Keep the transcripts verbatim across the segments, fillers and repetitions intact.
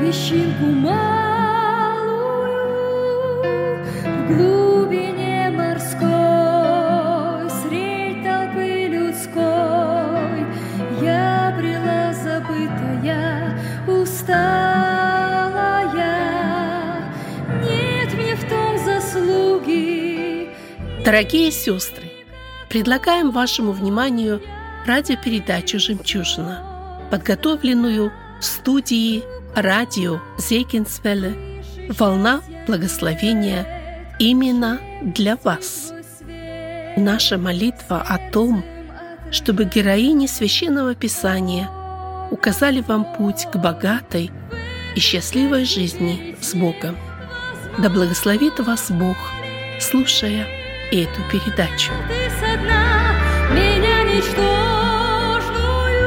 песчинку малую в глубине морской, средь толпы людской я брела забытая, усталая. Нет мне в том заслуги. Дорогие сестры, предлагаем вашему вниманию радиопередачу «Жемчужина», подготовленную в студии радио Зегенсвелле «Волна благословения» именно для вас. Наша молитва о том, чтобы героини Священного Писания указали вам путь к богатой и счастливой жизни с Богом. Да благословит вас Бог, слушая эту передачу. Ты со дна меня ничтожную,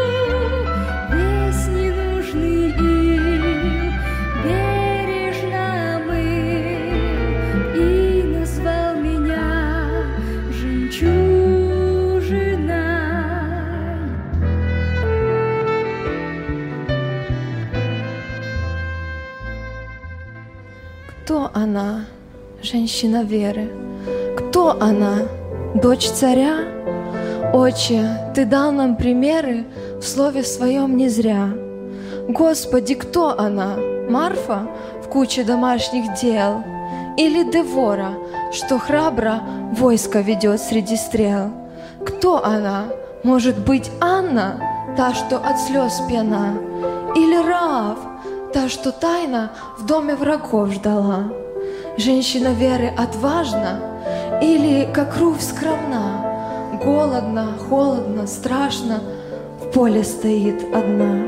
весь ненужный ил бережно мыл и назвал меня жемчужиной. Кто она, женщина веры? Кто она, дочь царя? Отче, Ты дал нам примеры в слове своем не зря. Господи, кто она? Марфа в куче домашних дел? Или Девора, что храбро войско ведет среди стрел? Кто она? Может быть, Анна, та, что от слез пьяна? Или Раав, та, что тайно в доме врагов ждала? Женщина веры отважна или, как Руфь, скромна? Голодно, холодно, страшно, в поле стоит одна.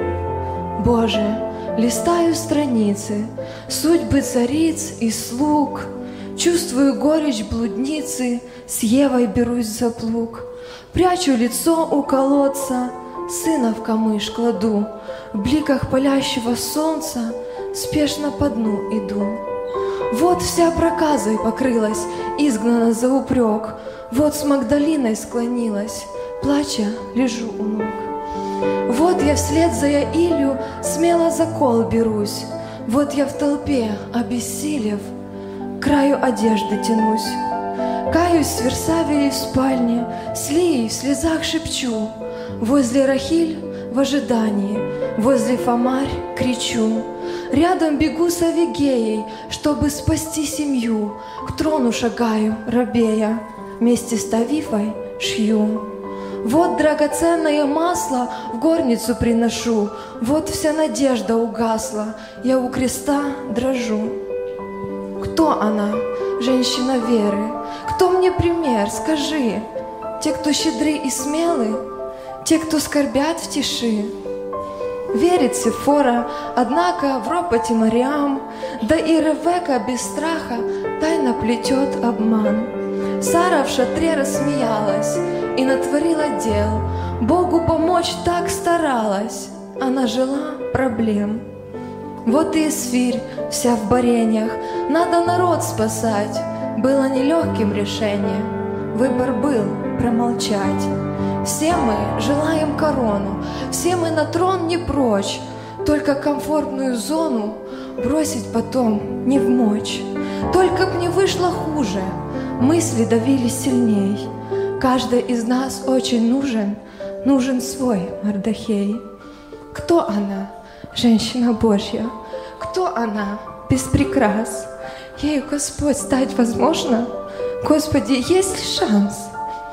Боже, листаю страницы, судьбы цариц и слуг, чувствую горечь блудницы, с Евой берусь за плуг. Прячу лицо у колодца, сына в камыш кладу, в бликах палящего солнца спешно по дну иду. Вот вся проказой покрылась, изгнана за упрек, вот с Магдалиной склонилась, плача лежу у ног. Вот я вслед за Яилью смело за кол берусь, вот я в толпе, обессилев, к краю одежды тянусь. Каюсь с Версавией в спальне, с Лией в слезах шепчу, возле Рахиль в ожидании, возле Фомарь кричу. Рядом бегу с Авигеей, чтобы спасти семью, к трону шагаю, робея, вместе с Тавифой шью. Вот драгоценное масло в горницу приношу, вот вся надежда угасла, я у креста дрожу. Кто она, женщина веры? Кто мне пример, скажи? Те, кто щедры и смелы, те, кто скорбят в тиши. Верит Сефора, однако в ропоте Мариам, да и Ревека без страха тайно плетет обман. Сара в шатре рассмеялась и натворила дел, Богу помочь так старалась, она жила проблем. Вот и Эсфирь вся в борениях, надо народ спасать, было нелегким решение, выбор был промолчать. Все мы желаем корону, все мы на трон не прочь, только комфортную зону бросить потом не вмочь. Только б не вышло хуже, мысли давили сильней. Каждый из нас очень нужен, нужен свой Мордохей. Кто она, женщина Божья? Кто она, без прикрас? Ею Господь стать возможно? Господи, есть ли шанс?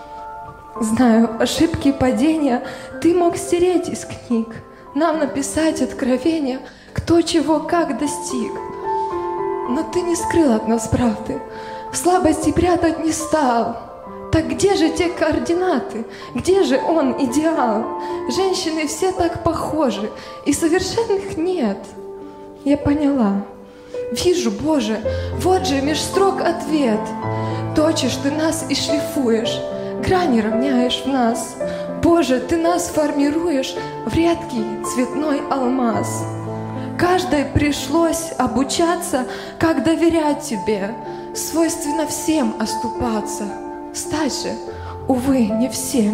Знаю, ошибки и падения Ты мог стереть из книг, нам написать откровения, кто чего как достиг. Но Ты не скрыл от нас правды, слабости прятать не стал. Так где же те координаты? Где же он, идеал? Женщины все так похожи, и совершенных нет. Я поняла. Вижу, Боже, вот же меж строк ответ. Точишь Ты нас и шлифуешь, грани равняешь в нас. Боже, Ты нас формируешь в редкий цветной алмаз. Каждой пришлось обучаться, как доверять Тебе, свойственно всем оступаться. Стать же, увы, не всем.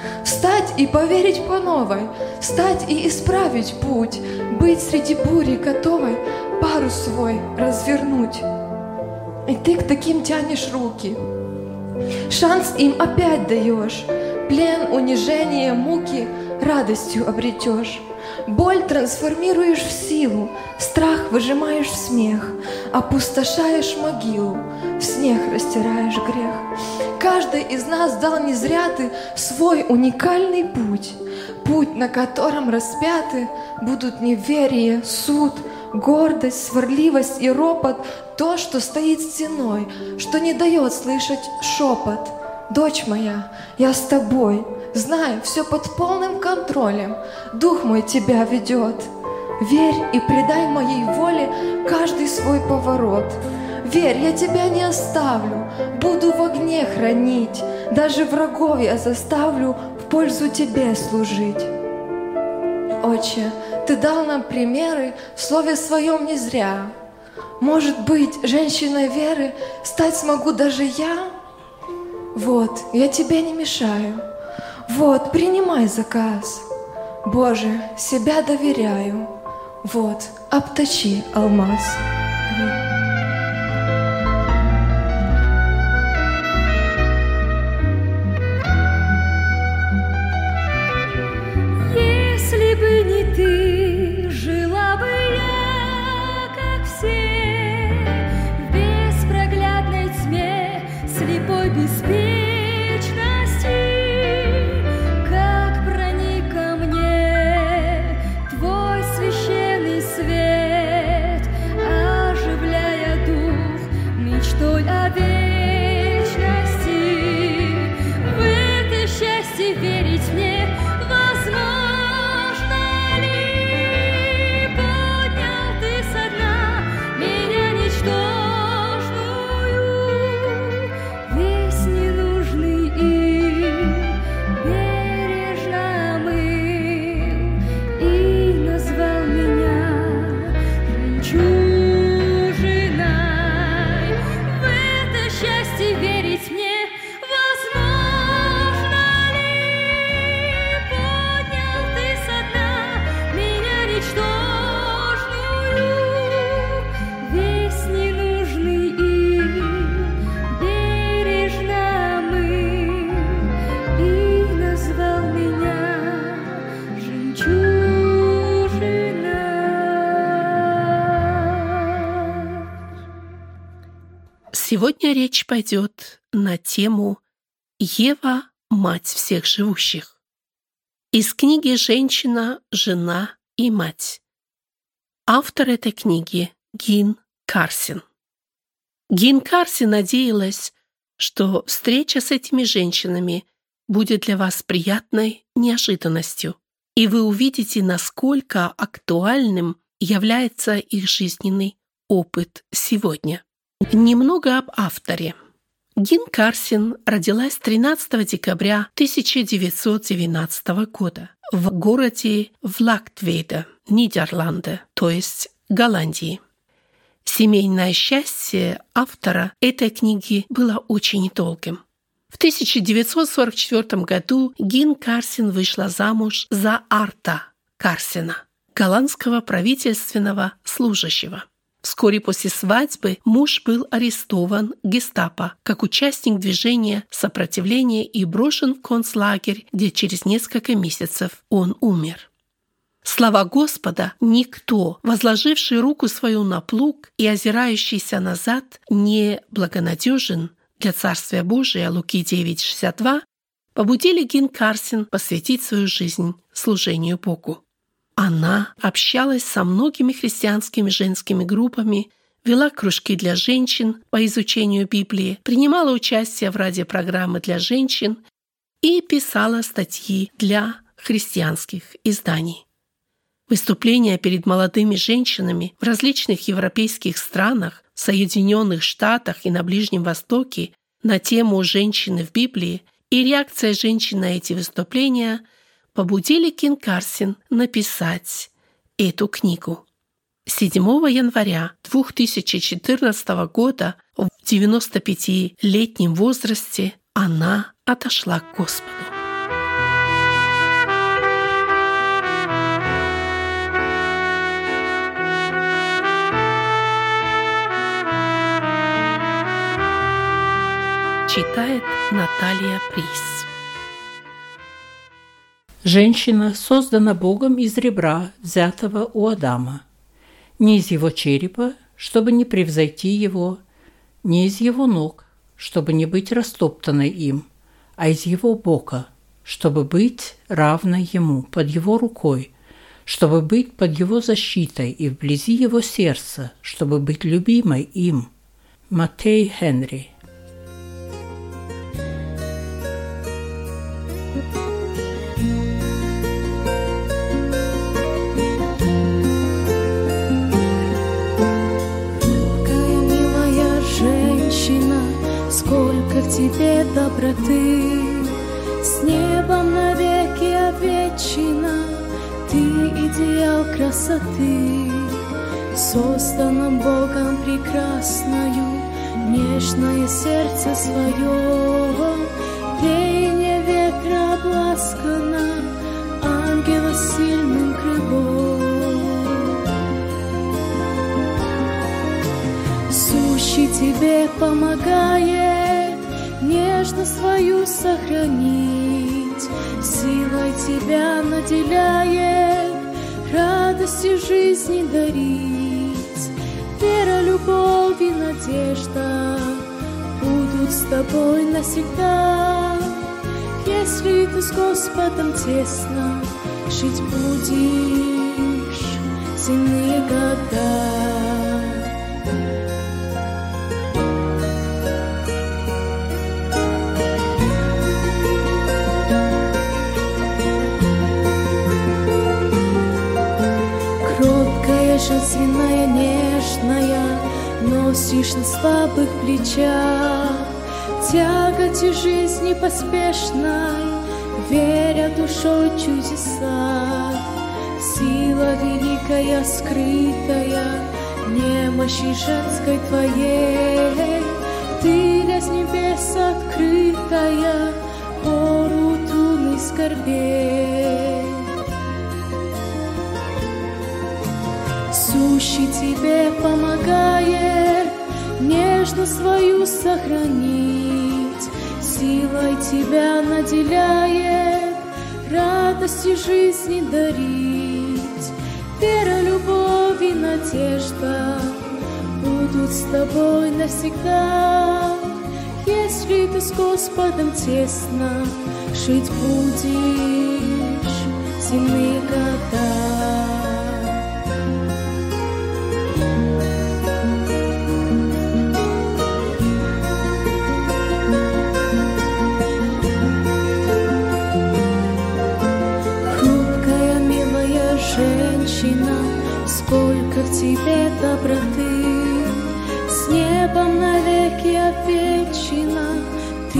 Встать и поверить по новой, встать и исправить путь, быть среди бури готовой, парус свой развернуть. И ты к таким тянешь руки, шанс им опять даешь, плен, унижение, муки радостью обретешь. Боль трансформируешь в силу, страх выжимаешь в смех, опустошаешь могилу, в снег растираешь грех. Каждый из нас дал не зря ты свой уникальный путь, путь, на котором распяты будут неверие, суд, гордость, сварливость и ропот, то, что стоит стеной, что не дает слышать шепот. Дочь моя, я с тобой, знай, все под полным контролем, дух мой тебя ведет. Верь и предай моей воле каждый свой поворот. Верь, я тебя не оставлю, буду в огне хранить, даже врагов я заставлю в пользу тебе служить. Отче, ты дал нам примеры в слове своем не зря. Может быть, женщиной веры стать смогу даже я? Вот, я тебе не мешаю. Вот, принимай заказ. Боже, себя доверяю. Вот, обточи алмаз. Если бы не ты, жила бы я, как все, в беспроглядной тьме, слепой беспечности. Как проник ко мне твой священный свет, оживляя дух мечтой о вечности. В это счастье верить мне возможно ли? Поднял ты со дна меня ничтожную, весь ненужный им бережно омыл и назвал меня жемчужиной. В это счастье верить мне возможно ли? Поднял ты со дна меня ничтожную, весь ненужный им бережно омыл и назвал меня жемчужиной. Сегодня речь пойдет на тему «Ева – мать всех живущих» из книги «Женщина, жена и мать». Автор этой книги Гин Карсин. Гин Карсин надеялась, что встреча с этими женщинами будет для вас приятной неожиданностью, и вы увидите, насколько актуальным является их жизненный опыт сегодня. Немного об авторе. Гин Карсин родилась тринадцатого декабря тысяча девятьсот девятнадцатого года в городе Влактведе, Нидерланды, то есть Голландии. Семейное счастье автора этой книги было очень долгим. В тысяча девятьсот сорок четвёртом году Гин Карсин вышла замуж за Арта Карсина, голландского правительственного служащего. Вскоре после свадьбы муж был арестован гестапо как участник движения сопротивления и брошен в концлагерь, где через несколько месяцев он умер. Слава Господа, никто, возложивший руку свою на плуг и озирающийся назад, не благонадежен для Царствия Божия, Луки девять шестьдесят два, побудили Гин Карсин посвятить свою жизнь служению Богу. Она общалась со многими христианскими женскими группами, вела кружки для женщин по изучению Библии, принимала участие в радиопрограммы для женщин и писала статьи для христианских изданий. Выступления перед молодыми женщинами в различных европейских странах, в Соединенных Штатах и на Ближнем Востоке на тему «Женщины в Библии» и реакция женщин на эти выступления побудили Гин Карсин написать эту книгу. седьмого января две тысячи четырнадцатого года в девяностопятилетнем возрасте она отошла к Господу. Читает Наталья Прис. Женщина создана Богом из ребра, взятого у Адама, не из его черепа, чтобы не превзойти его, не из его ног, чтобы не быть растоптанной им, а из его бока, чтобы быть равной ему, под его рукой, чтобы быть под его защитой и вблизи его сердца, чтобы быть любимой им. Маттей Хенри. Сколько в тебе доброты, с небом навеки обвечена, ты идеал красоты, созданным Богом прекрасною, нежное сердце свое, веяние ветра обласкано, ангела сильным крылом. Сущий тебе помогает нежно свою сохранить, силой тебя наделяет, радостью жизни дарить. Вера, любовь и надежда будут с тобой навсегда, если ты с Господом тесно жить будешь земные года. Женственная, нежная, носишь на слабых плечах тяготи жизни поспешной, веря душой чудеса. Сила великая, скрытая, немощи женской твоей, ты для с небес открытая, пору трудных скорбей. Сущий тебе помогает нежно свою сохранить, силой тебя наделяет, радостью жизни дарить. Вера, любовь и надежда будут с тобой навсегда, если ты с Господом тесно жить будешь земные года. Женщина, сколько в тебе доброты, с небом навеки обвечена, ты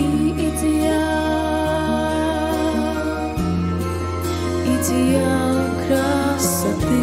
идеал, идеал красоты.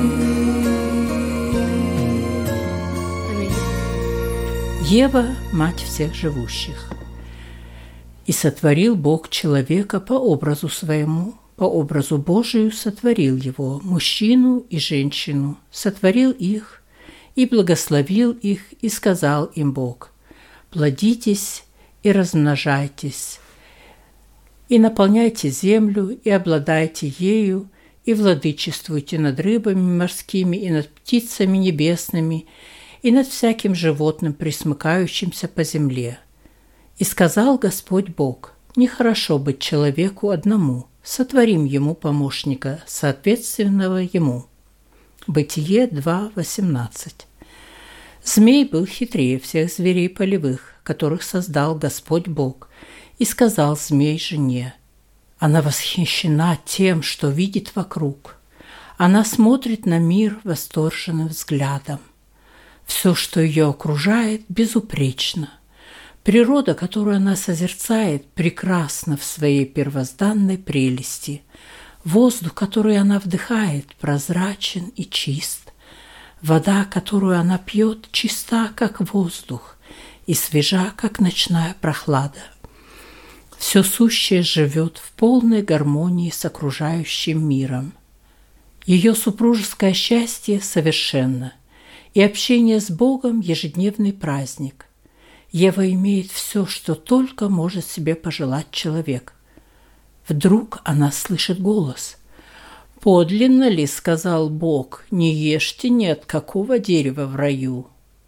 Аминь. Ева – мать всех живущих. «И сотворил Бог человека по образу своему, по образу Божию сотворил его, мужчину и женщину, сотворил их и благословил их, и сказал им Бог: плодитесь и размножайтесь, и наполняйте землю, и обладайте ею, и владычествуйте над рыбами морскими, и над птицами небесными, и над всяким животным, пресмыкающимся по земле. И сказал Господь Бог: нехорошо быть человеку одному, сотворим ему помощника, соответственного ему». Бытие два восемнадцать. Змей был хитрее всех зверей полевых, которых создал Господь Бог, и сказал змей жене: она восхищена тем, что видит вокруг. Она смотрит на мир восторженным взглядом. Все, что ее окружает, безупречно. Природа, которую она созерцает, прекрасна в своей первозданной прелести. Воздух, который она вдыхает, прозрачен и чист. Вода, которую она пьет, чиста, как воздух, и свежа, как ночная прохлада. Все сущее живет в полной гармонии с окружающим миром. Ее супружеское счастье совершенно, и общение с Богом – ежедневный праздник. Ева имеет все, что только может себе пожелать человек. Вдруг она слышит голос. «Подлинно ли, — сказал Бог, — не ешьте ни от какого дерева в раю?»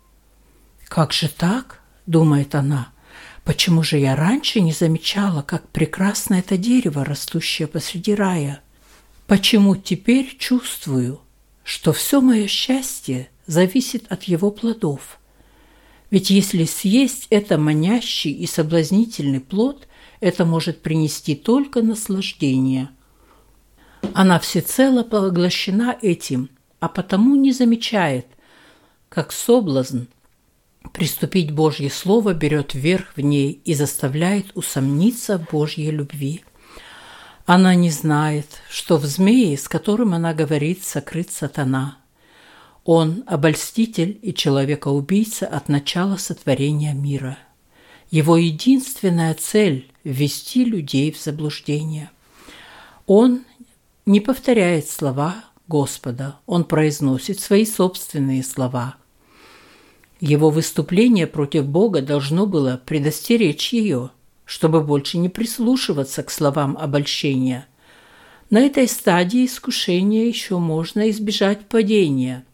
«Как же так? — думает она. — Почему же я раньше не замечала, как прекрасно это дерево, растущее посреди рая? Почему теперь чувствую, что все мое счастье зависит от его плодов? Ведь если съесть это манящий и соблазнительный плод, это может принести только наслаждение». Она всецело поглощена этим, а потому не замечает, как соблазн приступить Божье Слово берет верх в ней и заставляет усомниться в Божьей любви. Она не знает, что в змее, с которым она говорит, сокрыт сатана. Он – обольститель и человекоубийца от начала сотворения мира. Его единственная цель – ввести людей в заблуждение. Он не повторяет слова Господа, он произносит свои собственные слова. Его выступление против Бога должно было предостеречь ее, чтобы больше не прислушиваться к словам обольщения. На этой стадии искушения еще можно избежать падения.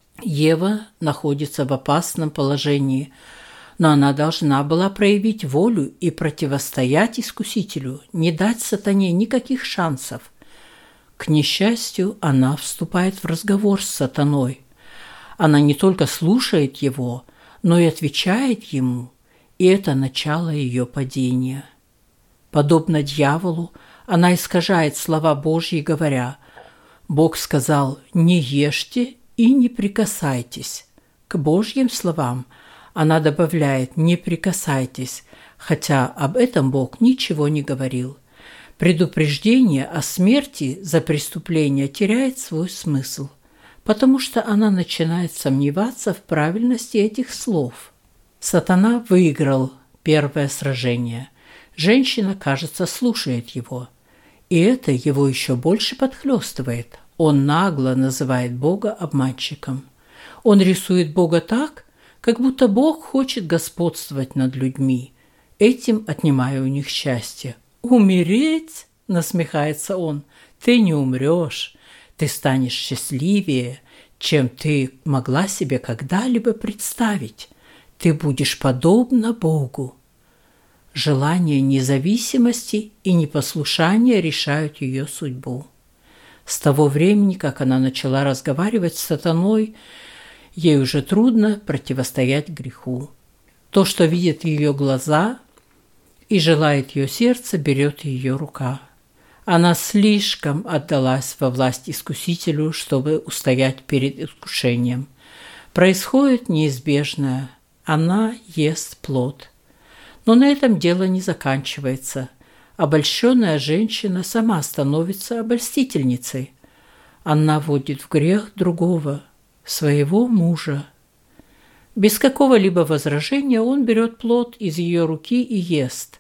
Ева находится в опасном положении, но она должна была проявить волю и противостоять искусителю, не дать сатане никаких шансов. К несчастью, она вступает в разговор с сатаной. Она не только слушает его, но и отвечает ему, и это начало ее падения. Подобно дьяволу, она искажает слова Божьи, говоря: «Бог сказал, не ешьте и не прикасайтесь». К Божьим словам она добавляет «не прикасайтесь», хотя об этом Бог ничего не говорил. Предупреждение о смерти за преступление теряет свой смысл, потому что она начинает сомневаться в правильности этих слов. Сатана выиграл первое сражение. Женщина, кажется, слушает его, и это его еще больше подхлестывает. Он нагло называет Бога обманщиком. Он рисует Бога так, как будто Бог хочет господствовать над людьми, этим отнимая у них счастье. «Умереть?» – насмехается он. «Ты не умрешь, ты станешь счастливее, чем ты могла себе когда-либо представить. Ты будешь подобна Богу». Желание независимости и непослушания решают ее судьбу. С того времени, как она начала разговаривать с сатаной, ей уже трудно противостоять греху. То, что видят ее глаза и желает ее сердце, берет ее рука. Она слишком отдалась во власть искусителю, чтобы устоять перед искушением. Происходит неизбежное. Она ест плод. Но на этом дело не заканчивается. Обольщенная женщина сама становится обольстительницей. Она вводит в грех другого, своего мужа. Без какого-либо возражения он берет плод из ее руки и ест.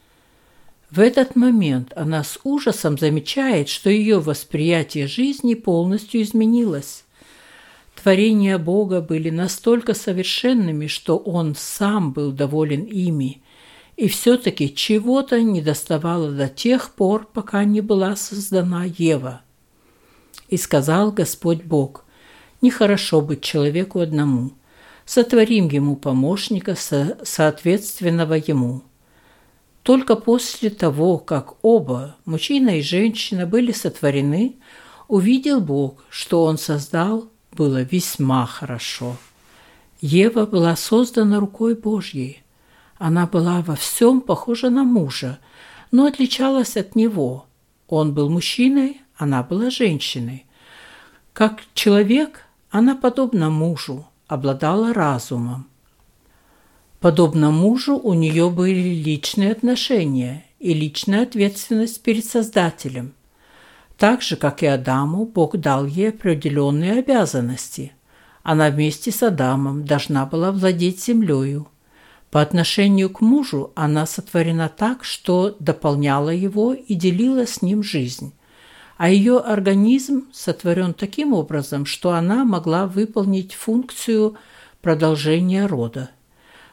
В этот момент она с ужасом замечает, что ее восприятие жизни полностью изменилось. Творения Бога были настолько совершенными, что Он сам был доволен ими, и все-таки чего-то недоставало до тех пор, пока не была создана Ева. И сказал Господь Бог: «Нехорошо быть человеку одному, сотворим ему помощника, со- соответственного ему». Только после того, как оба, мужчина и женщина, были сотворены, увидел Бог, что Он создал, было весьма хорошо. Ева была создана рукой Божьей. Она была во всем похожа на мужа, но отличалась от него. Он был мужчиной, она была женщиной. Как человек, она, подобно мужу, обладала разумом. Подобно мужу, у нее были личные отношения и личная ответственность перед Создателем. Так же, как и Адаму, Бог дал ей определенные обязанности. Она вместе с Адамом должна была владеть землею. По отношению к мужу она сотворена так, что дополняла его и делила с ним жизнь. А ее организм сотворен таким образом, что она могла выполнить функцию продолжения рода.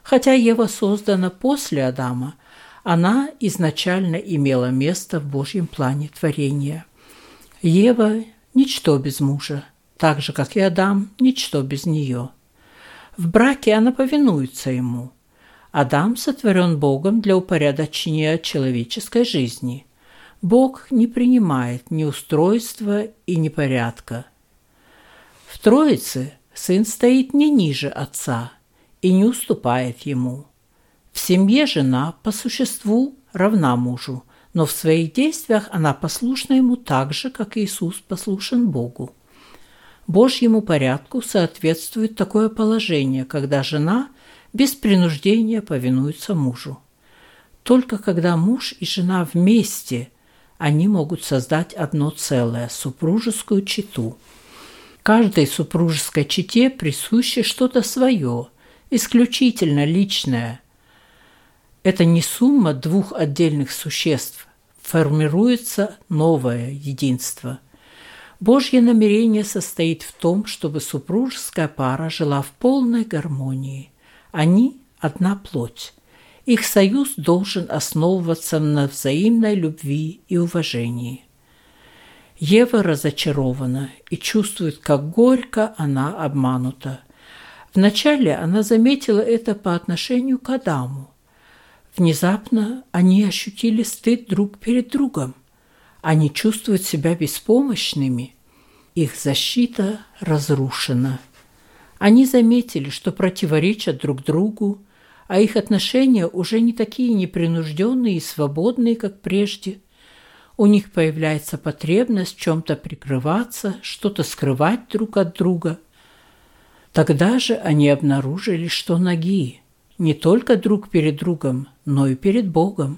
Хотя Ева создана после Адама, она изначально имела место в Божьем плане творения. Ева – ничто без мужа, так же, как и Адам – ничто без нее. В браке она повинуется ему. Адам сотворен Богом для упорядочения человеческой жизни. Бог не принимает ни устройства и ни порядка. В Троице Сын стоит не ниже Отца и не уступает Ему. В семье жена по существу равна мужу, но в своих действиях она послушна Ему так же, как Иисус послушен Богу. Божьему порядку соответствует такое положение, когда жена без принуждения повинуется мужу. Только когда муж и жена вместе, они могут создать одно целое – супружескую чету. Каждой супружеской чете присуще что-то свое, исключительно личное. Это не сумма двух отдельных существ, формируется новое единство. Божье намерение состоит в том, чтобы супружеская пара жила в полной гармонии. Они – одна плоть. Их союз должен основываться на взаимной любви и уважении. Ева разочарована и чувствует, как горько она обманута. Вначале она заметила это по отношению к Адаму. Внезапно они ощутили стыд друг перед другом. Они чувствуют себя беспомощными. Их защита разрушена. Они заметили, что противоречат друг другу, а их отношения уже не такие непринужденные и свободные, как прежде. У них появляется потребность в чем-то прикрываться, что-то скрывать друг от друга. Тогда же они обнаружили, что наги не только друг перед другом, но и перед Богом.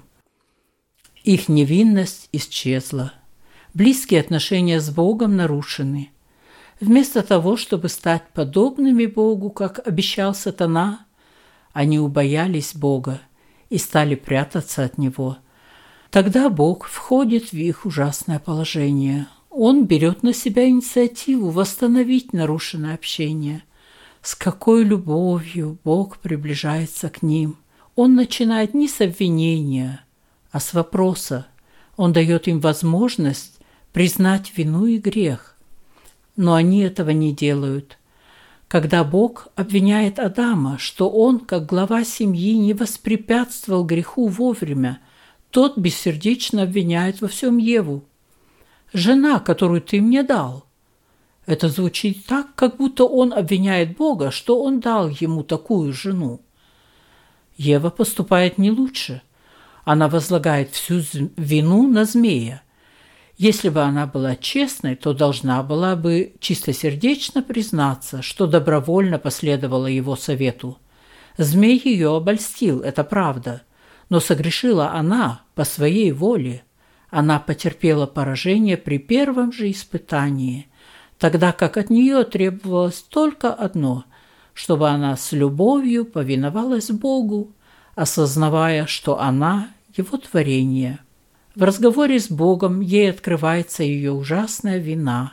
Их невинность исчезла. Близкие отношения с Богом нарушены. Вместо того, чтобы стать подобными Богу, как обещал сатана, они убоялись Бога и стали прятаться от Него. Тогда Бог входит в их ужасное положение. Он берет на себя инициативу восстановить нарушенное общение. С какой любовью Бог приближается к ним. Он начинает не с обвинения, а с вопроса. Он дает им возможность признать вину и грех. Но они этого не делают. Когда Бог обвиняет Адама, что он, как глава семьи, не воспрепятствовал греху вовремя, тот бессердечно обвиняет во всем Еву. «Жена, которую ты мне дал». Это звучит так, как будто он обвиняет Бога, что он дал ему такую жену. Ева поступает не лучше. Она возлагает всю вину на змея. Если бы она была честной, то должна была бы чистосердечно признаться, что добровольно последовала его совету. Змей ее обольстил, это правда, но согрешила она по своей воле. Она потерпела поражение при первом же испытании, тогда как от нее требовалось только одно – чтобы она с любовью повиновалась Богу, осознавая, что она – его творение. В разговоре с Богом ей открывается ее ужасная вина.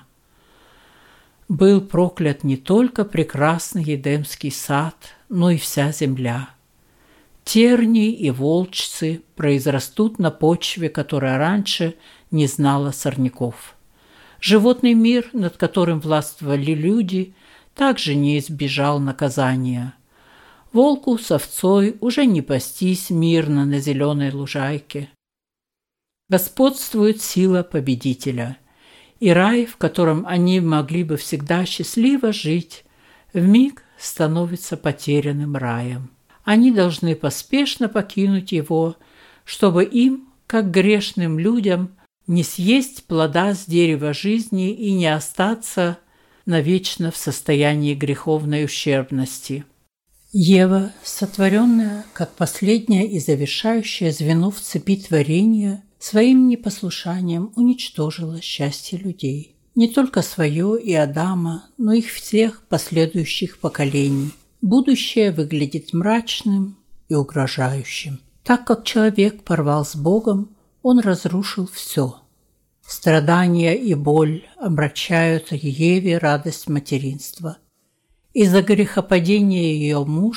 Был проклят не только прекрасный Едемский сад, но и вся земля. Тернии и волчцы произрастут на почве, которая раньше не знала сорняков. Животный мир, над которым властвовали люди, также не избежал наказания. Волку с овцой уже не пастись мирно на зеленой лужайке. Господствует сила победителя, и рай, в котором они могли бы всегда счастливо жить, вмиг становится потерянным раем. Они должны поспешно покинуть его, чтобы им, как грешным людям, не съесть плода с дерева жизни и не остаться навечно в состоянии греховной ущербности. Ева, сотворенная как последнее и завершающее звено в цепи творения, своим непослушанием уничтожила счастье людей. Не только свое и Адама, но и всех последующих поколений. Будущее выглядит мрачным и угрожающим. Так как человек порвал с Богом, он разрушил все. Страдания и боль омрачают Еве радость материнства. Из-за грехопадения ее муж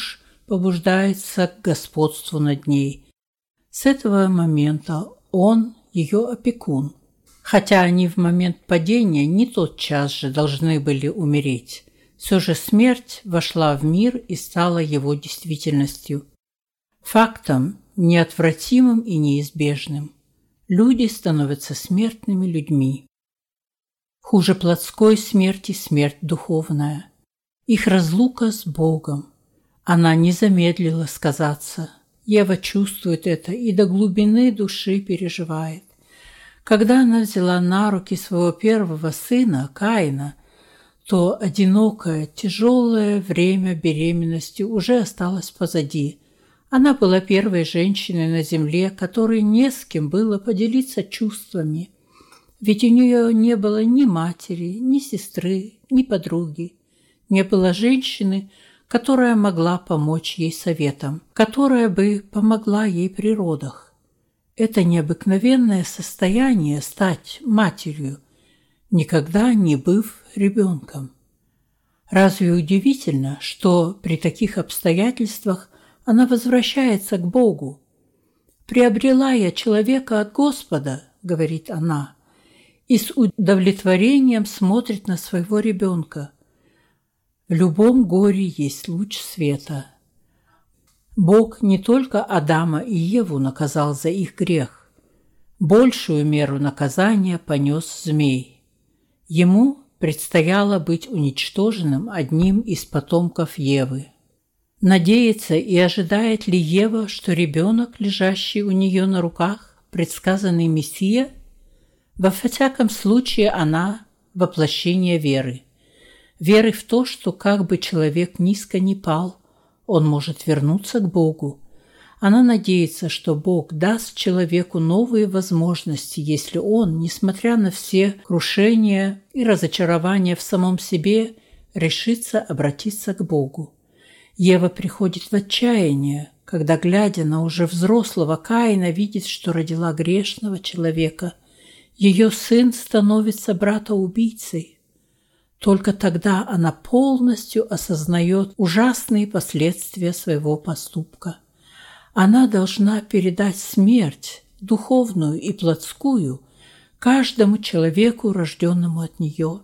побуждается к господству над ней. С этого момента он ее опекун. Хотя они в момент падения не тотчас же должны были умереть, все же смерть вошла в мир и стала его действительностью. Фактом неотвратимым и неизбежным. Люди становятся смертными людьми. Хуже плотской смерти смерть духовная. Их разлука с Богом. Она не замедлила сказаться. Ева чувствует это и до глубины души переживает. Когда она взяла на руки своего первого сына, Каина, то одинокое, тяжелое время беременности уже осталось позади. Она была первой женщиной на земле, которой не с кем было поделиться чувствами. Ведь у нее не было ни матери, ни сестры, ни подруги. Не было женщины, которая могла помочь ей советом, которая бы помогла ей при родах. Это необыкновенное состояние стать матерью, никогда не быв ребенком. Разве удивительно, что при таких обстоятельствах она возвращается к Богу? «Приобрела я человека от Господа», — говорит она, и с удовлетворением смотрит на своего ребенка. В любом горе есть луч света. Бог не только Адама и Еву наказал за их грех. Большую меру наказания понес змей. Ему предстояло быть уничтоженным одним из потомков Евы. Надеется и ожидает ли Ева, что ребенок, лежащий у нее на руках, предсказанный Мессия? Во всяком случае, она – воплощение веры. Веры в то, что как бы человек низко ни пал, он может вернуться к Богу. Она надеется, что Бог даст человеку новые возможности, если он, несмотря на все крушения и разочарования в самом себе, решится обратиться к Богу. Ева приходит в отчаяние, когда, глядя на уже взрослого Каина, видит, что родила грешного человека. Ее сын становится брата-убийцей. Только тогда она полностью осознает ужасные последствия своего поступка. Она должна передать смерть, духовную и плотскую, каждому человеку, рожденному от нее.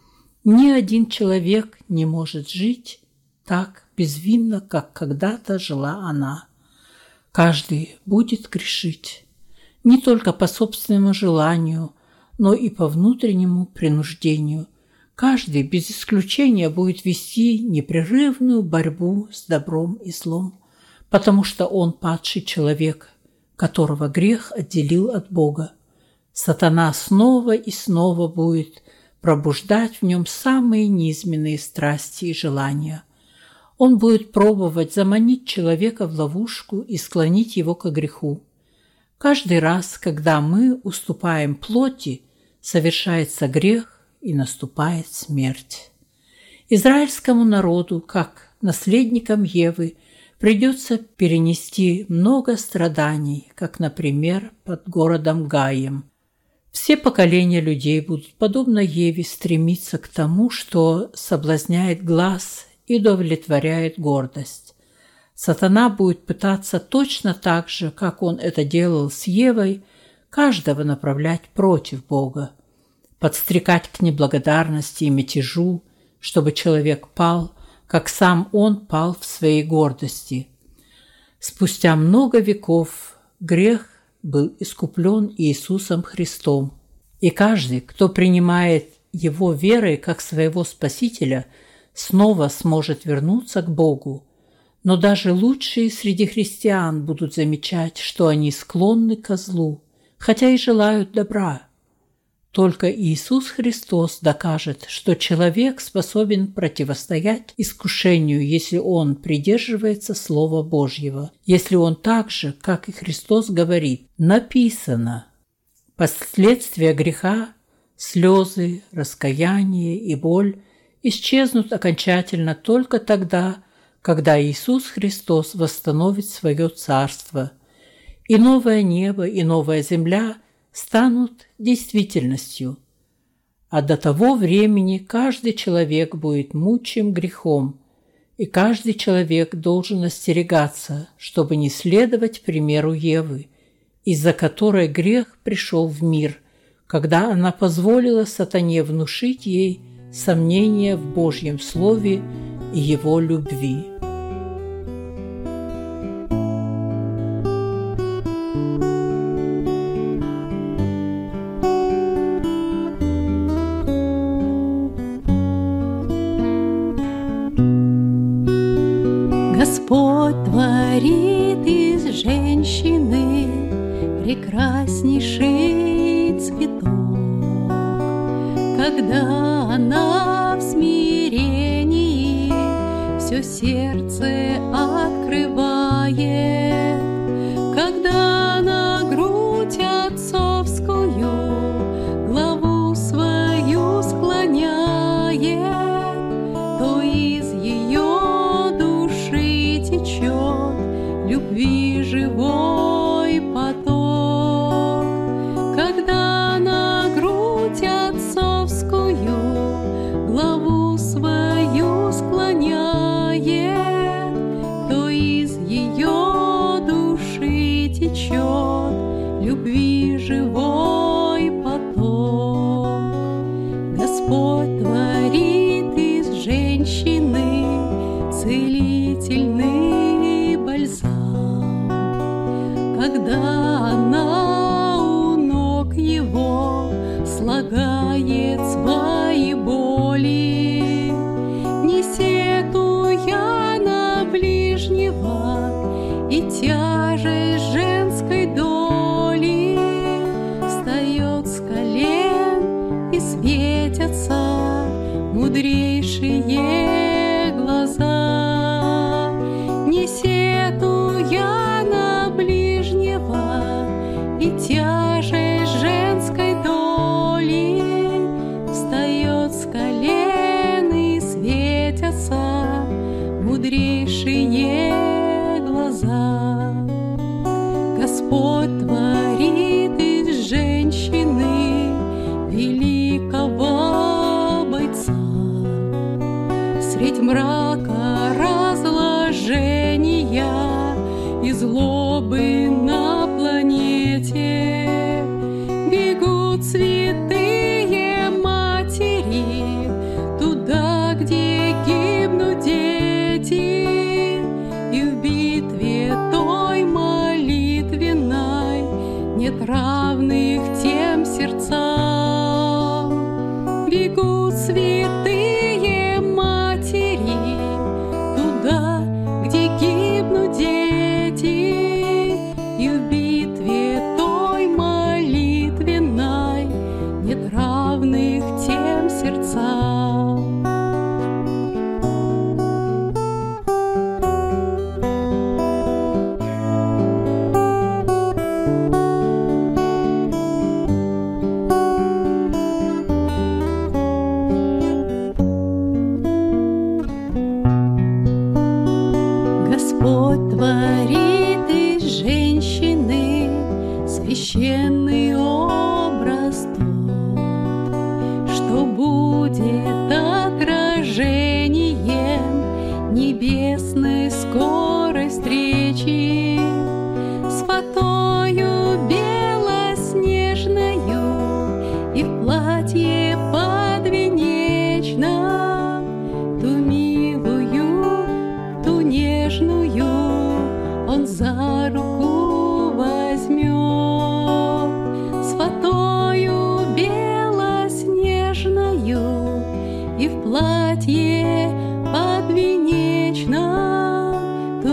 Ни один человек не может жить так безвинно, как когда-то жила она. Каждый будет грешить, не только по собственному желанию, но и по внутреннему принуждению. Каждый без исключения будет вести непрерывную борьбу с добром и злом, потому что он падший человек, которого грех отделил от Бога. Сатана снова и снова будет пробуждать в нем самые низменные страсти и желания. Он будет пробовать заманить человека в ловушку и склонить его к греху. Каждый раз, когда мы уступаем плоти, совершается грех и наступает смерть. Израильскому народу, как наследникам Евы, придется перенести много страданий, как, например, под городом Гаем. Все поколения людей будут, подобно Еве, стремиться к тому, что соблазняет глаз и удовлетворяет гордость. Сатана будет пытаться точно так же, как он это делал с Евой, каждого направлять против Бога, подстрекать к неблагодарности и мятежу, чтобы человек пал, как сам он пал в своей гордости. Спустя много веков грех был искуплен Иисусом Христом, и каждый, кто принимает Его верой как своего Спасителя, снова сможет вернуться к Богу. Но даже лучшие среди христиан будут замечать, что они склонны ко злу, хотя и желают добра. Только Иисус Христос докажет, что человек способен противостоять искушению, если он придерживается Слова Божьего, если он так же, как и Христос говорит, написано. Последствия греха, слезы, раскаяние и боль исчезнут окончательно только тогда, когда Иисус Христос восстановит свое царство, и новое небо и новая земля станут действительностью. А до того времени каждый человек будет мучим грехом, И каждый человек должен остерегаться, чтобы не следовать примеру Евы, из-за которой грех пришел в мир, когда она позволила сатане внушить ей сомнения в Божьем Слове и Его любви. Господь творит из женщины прекраснейший цветок, когда она в смирении все сердце открывает, когда на грудь отцовскую главу свою склоняет, то из ее души течет любви живой поток. Когда на грудь отцовскую главу свою склоняет, то из ее души течет любви живой поток. Господь творит из женщины целительный бальзам, когда она у ног его слагает свои боли, не сетуя на ближнего и тяжесть женской доли, встает с колен и светятся мудрейшие глаза, не сетуя на ближнего и тяжесть женской доли, встает с колен и светятся мудрейшие глаза. Господь творит из женщины великого бойца, средь мрака разложения и злобы на планете бегут святые матери туда, где гибнут дети, и в битве той молитвенной нет равных тем сердцам. Бегут святые матери туда, где гибнут дети, и в битве той молитвенной нет равных тем сердцам. Господь творит из женщины священный образ тот, что будет отражением небесной скорой встречи с фатою белоснежною и в платье подвенечном, ту милую, ту нежную он за руку возьмет, с фатою белоснежною и в платье подвенечном, ту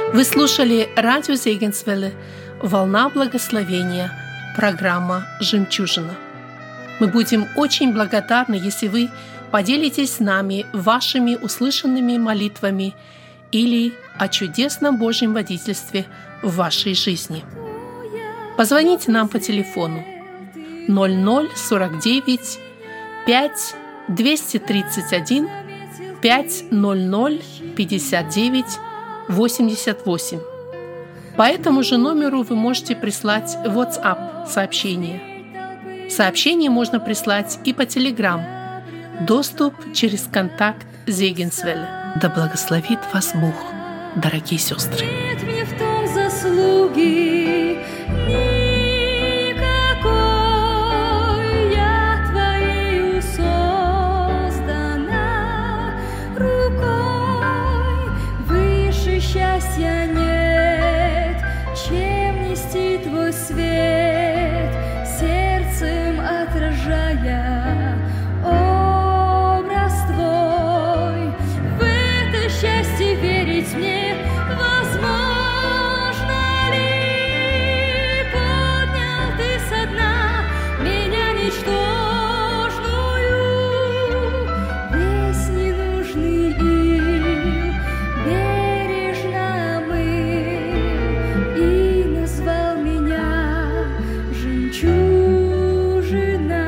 Вы слушали радио Зегенсвелле «Волна благословения», программа «Жемчужина». Мы будем очень благодарны, если вы поделитесь с нами вашими услышанными молитвами или о чудесном Божьем водительстве в вашей жизни. Позвоните нам по телефону ноль ноль сорок девять пять двести тридцать один пять ноль ноль пятьдесят девять восемьдесят восемь. По этому же номеру вы можете прислать WhatsApp сообщение. Сообщение можно прислать и по Telegram. Доступ через контакт Зегенсвелле. Да благословит вас Бог, дорогие сестры. Нет мне в том заслуги никакой, я Твоею создана, рукой выше счастья нет, чем нести Твой свет, сердцем отражая образ Твой. В это счастье верить мне возможно ли? Поднял Ты со дна меня ничтожную, весь ненужный ил бережно омыл и назвал меня жемчужиной.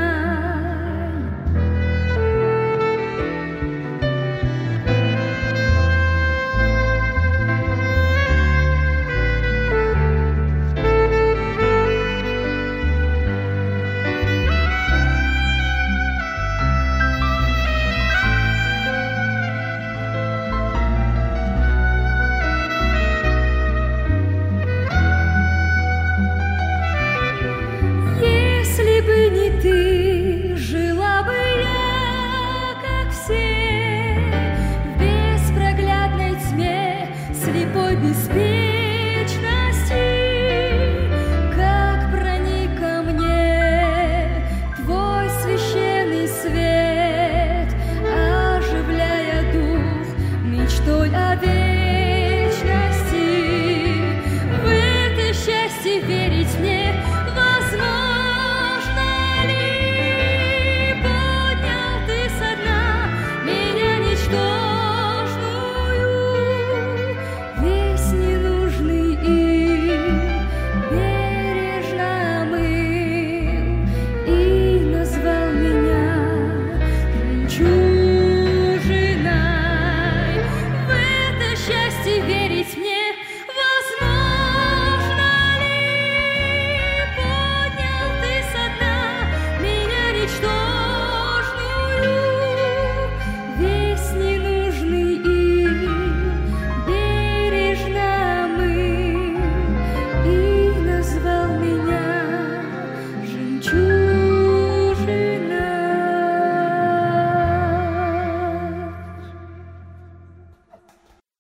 Если бы не Ты, жила бы я, как все, в беспроглядной тьме, слепой без песни.